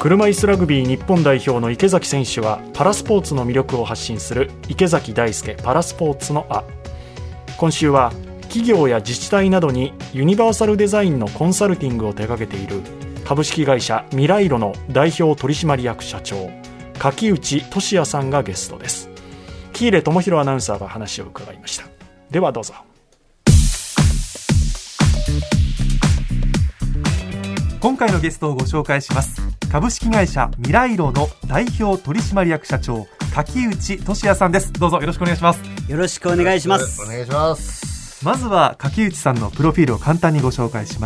車椅子ラグビー日本代表の池崎選手はパラスポーツの魅力を発信する池崎大輔パラスポーツのあ。今週は企業や自治体などにユニバーサルデザインのコンサルティングを手掛けている株式会社ミライロの代表取締役社長柿内俊也さんがゲストです。喜入智弘アナウンサーが話を伺いました。ではどうぞ。 今回のゲストをご紹介します。株式会社ミライロの代表取締役社長柿内俊也さんです。どうぞよろしくお願いします。 よろしくお願いします。 お願いします。 まずは柿内さんのプロフィールを簡単にご紹介します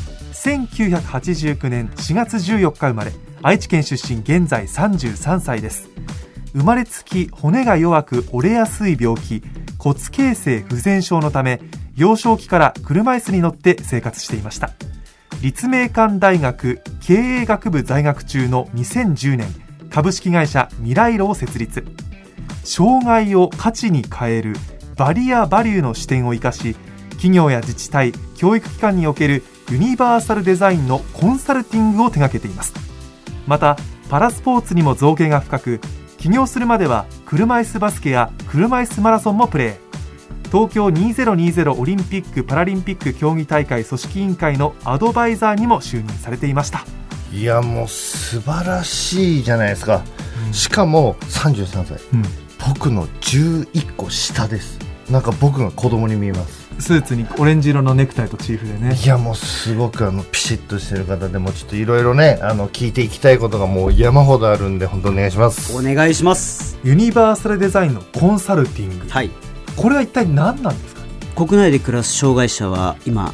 。1989年4月14日生まれ、愛知県出身、現在33歳です。生まれつき骨が弱く折れやすい病気、骨形成不全症のため、幼少期から車椅子に乗って生活していました。立命館大学経営学部在学中の2010年、株式会社ミライロを設立。障害を価値に変えるバリアバリューの視点を生かし、企業や自治体、教育機関におけるユニバーサルデザインのコンサルティングを手掛けています。またパラスポーツにも造詣が深く、起業するまでは車椅子バスケや車椅子マラソンもプレー。東京2020オリンピック・パラリンピック競技大会組織委員会のアドバイザーにも就任されていました。 いやもう素晴らしいじゃないですか、しかも33歳、僕の11個下です。なんか僕が子供に見えます。 スーツにオレンジ色のネクタイとチーフでね。 いやもうすごくピシッとしてる方で、もうちょっといろいろね聞いていきたいことがもう山ほどあるんで、本当お願いします。 お願いします。 ユニバーサルデザインのコンサルティング、 はい、 これは一体何なんですか？ 国内で暮らす障害者は今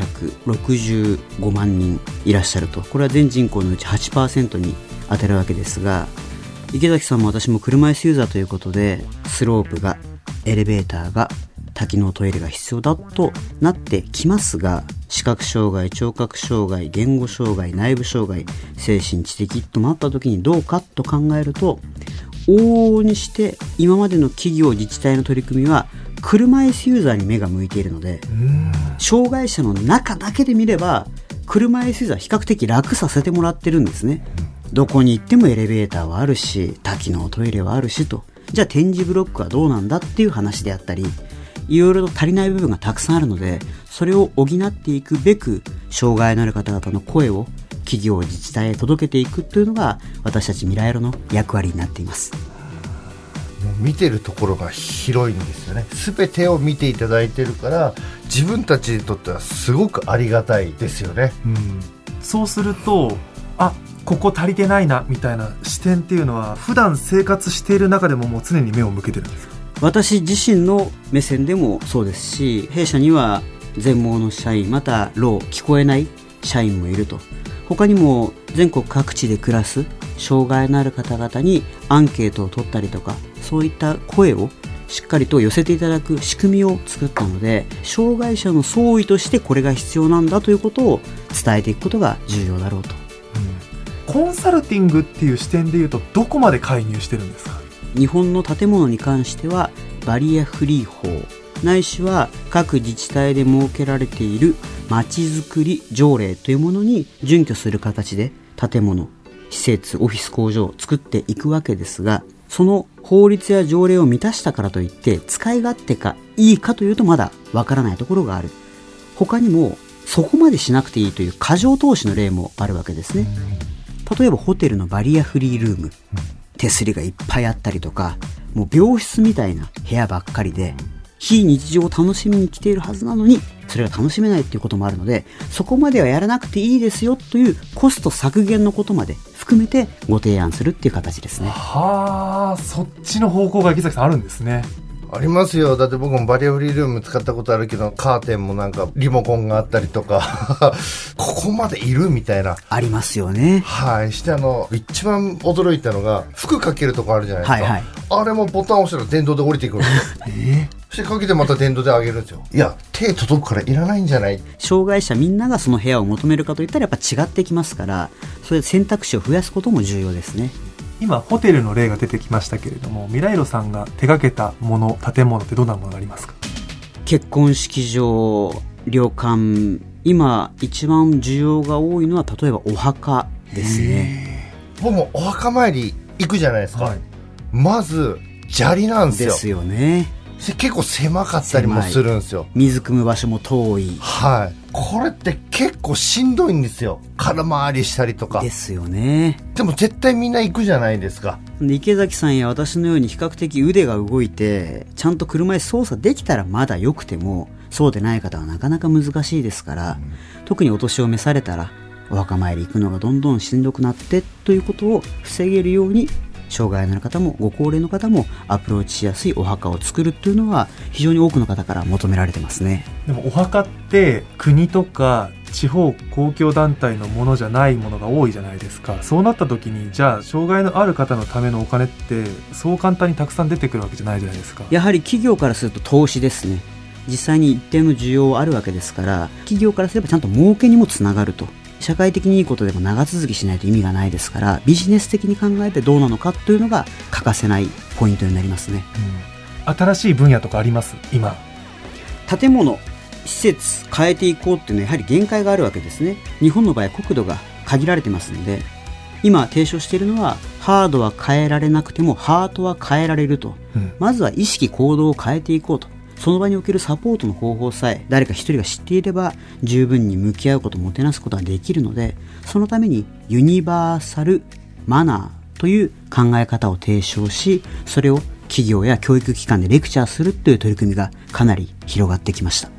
965万人いらっしゃると。これは全人口のうち 8% に当たるわけですが、池崎さんも私も車椅子ユーザーということで、スロープが、エレベーターが、多機能トイレが必要だとなってきますが、視覚障害、聴覚障害、言語障害、内部障害、精神知的となった時にどうかと考えると、往々にして今までの企業自治体の取り組みは車椅子ユーザーに目が向いているので、障害者の中だけで見れば車椅子ユーザー比較的楽させてもらってるんですね。どこに行ってもエレベーターはあるし、多機能トイレはあるしと。じゃあ展示ブロックはどうなんだっていう話であったり、いろいろと足りない部分がたくさんあるので、それを補っていくべく障害のある方々の声を企業自治体へ届けていくというのが私たちミライロの役割になっています。 もう見てるところが広いんですよね。全てを見ていただいてるから、自分たちにとってはすごくありがたいですよね。 そうすると、ここ足りてないなみたいな視点っていうのは、普段生活している中でももう常に目を向けてるんですか？ 私自身の目線でもそうですし、弊社には全盲の社員、またろう、聞こえない社員もいると。他にも全国各地で暮らす障害のある方々にアンケートを取ったりとか、そういった声をしっかりと寄せていただく仕組みを作ったので、障害者の総意としてこれが必要なんだということを伝えていくことが重要だろうと。 コンサルティングっていう視点でいうと、どこまで介入してるんですか？ 日本の建物に関してはバリアフリー法、ないしは各自治体で設けられているまちづくり条例というものに準拠する形で建物、施設、オフィス、工場を作っていくわけですが、その法律や条例を満たしたからといって使い勝手かいいかというとまだわからないところがある。他にもそこまでしなくていいという過剰投資の例もあるわけですね。例えばホテルのバリアフリールーム、手すりがいっぱいあったりとか、もう病室みたいな部屋ばっかりで、非日常を楽しみに来ているはずなのにそれが楽しめないっていうこともあるので、そこまではやらなくていいですよというコスト削減のことまで含めてご提案するっていう形ですね。 はあ、そっちの方向が池崎さんあるんですね。 ありますよ。だって僕もバリアフリールーム使ったことあるけど、カーテンもなんかリモコンがあったりとかここまでいるみたいなありますよね。 はい。して一番驚いたのが服かけるとこあるじゃないですか、 はいはい、 あれもボタン押したら電動で降りてくるんですそしてかけてまた電動で上げるんですよ。いや、手届くからいらないんじゃない。 障害者みんながその部屋を求めるかといったらやっぱ違ってきますから、それで選択肢を増やすことも重要ですね。 今ホテルの例が出てきましたけれども、ミライロさんが手掛けたもの、建物ってどんなものがありますか？ 結婚式場、旅館、今一番需要が多いのは例えばお墓ですね。 僕もお墓参り行くじゃないですか、まず砂利なんですよ。 ですよね。 結構狭かったりもするんですよ。 水汲む場所も遠い。 これって結構しんどいんですよ。空回りしたりとか。 ですよね。 でも絶対みんな行くじゃないですか。 池崎さんや私のように比較的腕が動いてちゃんと車椅子操作できたらまだ良くても、そうでない方はなかなか難しいですから、特にお年を召されたらお墓参り行くのがどんどんしんどくなってということを防げるように、障害のある方もご高齢の方もアプローチしやすいお墓を作るというのは非常に多くの方から求められてますね。 でもお墓って国とか地方公共団体のものじゃないものが多いじゃないですか。そうなった時にじゃあ障害のある方のためのお金ってそう簡単にたくさん出てくるわけじゃないじゃないですか。 やはり企業からすると投資ですね。実際に一定の需要はあるわけですから、企業からすればちゃんと儲けにもつながると。社会的にいいことでも長続きしないと意味がないですから、ビジネス的に考えてどうなのかというのが欠かせないポイントになりますね。 新しい分野とかあります？今建物施設変えていこうっていうのはやはり限界があるわけですね。日本の場合は国土が限られてますので、今提唱しているのはハードは変えられなくてもハートは変えられると、まずは意識行動を変えていこうと。その場におけるサポートの方法さえ誰か一人が知っていれば十分に向き合うこともてなすことができるので、そのためにユニバーサルマナーという考え方を提唱し、それを企業や教育機関でレクチャーするという取り組みがかなり広がってきました。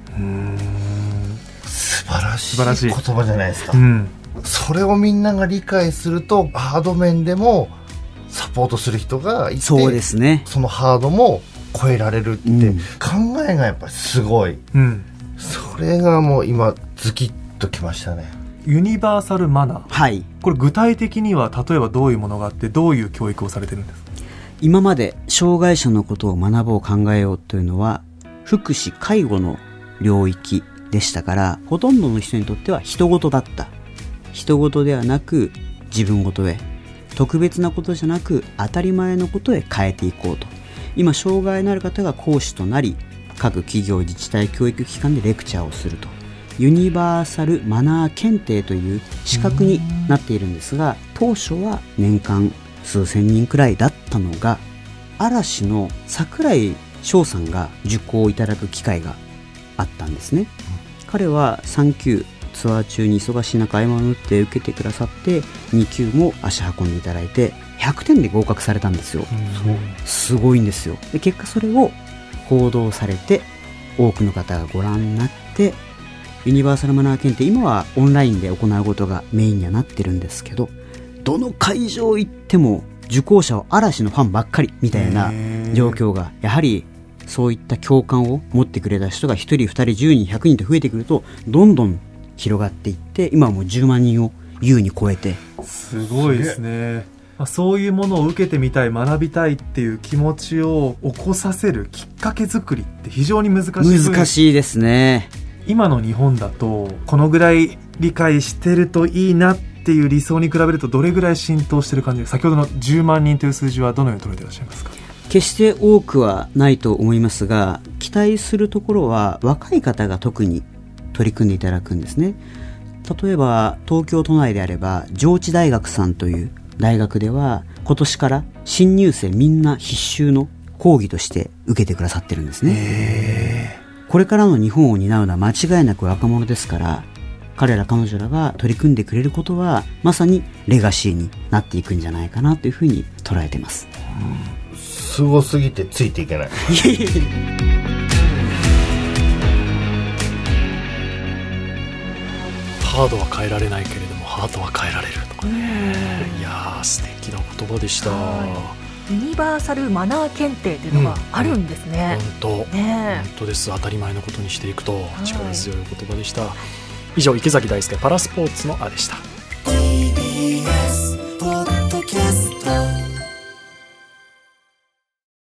素晴らしい言葉じゃないですか。それをみんなが理解するとハード面でもサポートする人がいて、 そうですね、 そのハードも超えられるって考えがやっぱりすごい、それがもう今ズキッときましたね。 ユニバーサルマナー、これ具体的には例えばどういうものがあってどういう教育をされてるんですか？ 今まで障害者のことを学ぼう考えようというのは福祉介護の領域でしたから、ほとんどの人にとっては人事だった。人事ではなく自分事へ、特別なことじゃなく当たり前のことへ変えていこうと。今障害のある方が講師となり、各企業自治体教育機関でレクチャーをすると。ユニバーサルマナー検定という資格になっているんですが、当初は年間数千人くらいだったのが、嵐の櫻井翔さんが受講いただく機会があったんですね。彼は3級ツアー中に忙しい中合間を縫って受けてくださって、2級も足運んでいただいて100点で合格されたんですよ。すごいんですよ。で結果それを報道されて多くの方がご覧になって、ユニバーサルマナー検定、今はオンラインで行うことがメインにはなってるんですけど、どの会場行っても受講者は嵐のファンばっかりみたいな状況が、やはりそういった共感を持ってくれた人が1人2人10人100人と増えてくると、どんどん広がっていって、今はもう10万人を優に超えて。 すごいですね。そういうものを受けてみたい、学びたいっていう気持ちを起こさせるきっかけ作りって非常に難しいですね。 今の日本だとこのぐらい理解してるといいなっていう理想に比べるとどれぐらい浸透してる感じ？先ほどの10万人という数字はどのように捉えていらっしゃいますか？ 決して多くはないと思いますが、期待するところは若い方が特に取り組んでいただくんですね。例えば東京都内であれば上智大学さんという大学では、今年から新入生みんな必修の講義として受けてくださってるんですね。これからの日本を担うのは間違いなく若者ですから、彼ら彼女らが取り組んでくれることはまさにレガシーになっていくんじゃないかなというふうに捉えています。 すごすぎてついていけない。 ハードは変えられないけれどもハートは変えられるとかね。いやー素敵な言葉でした。 ユニバーサルマナー検定っていうのがあるんですね。 本当です。当たり前のことにしていくと力強い言葉でした。以上、池崎大輔パラスポーツのあでした。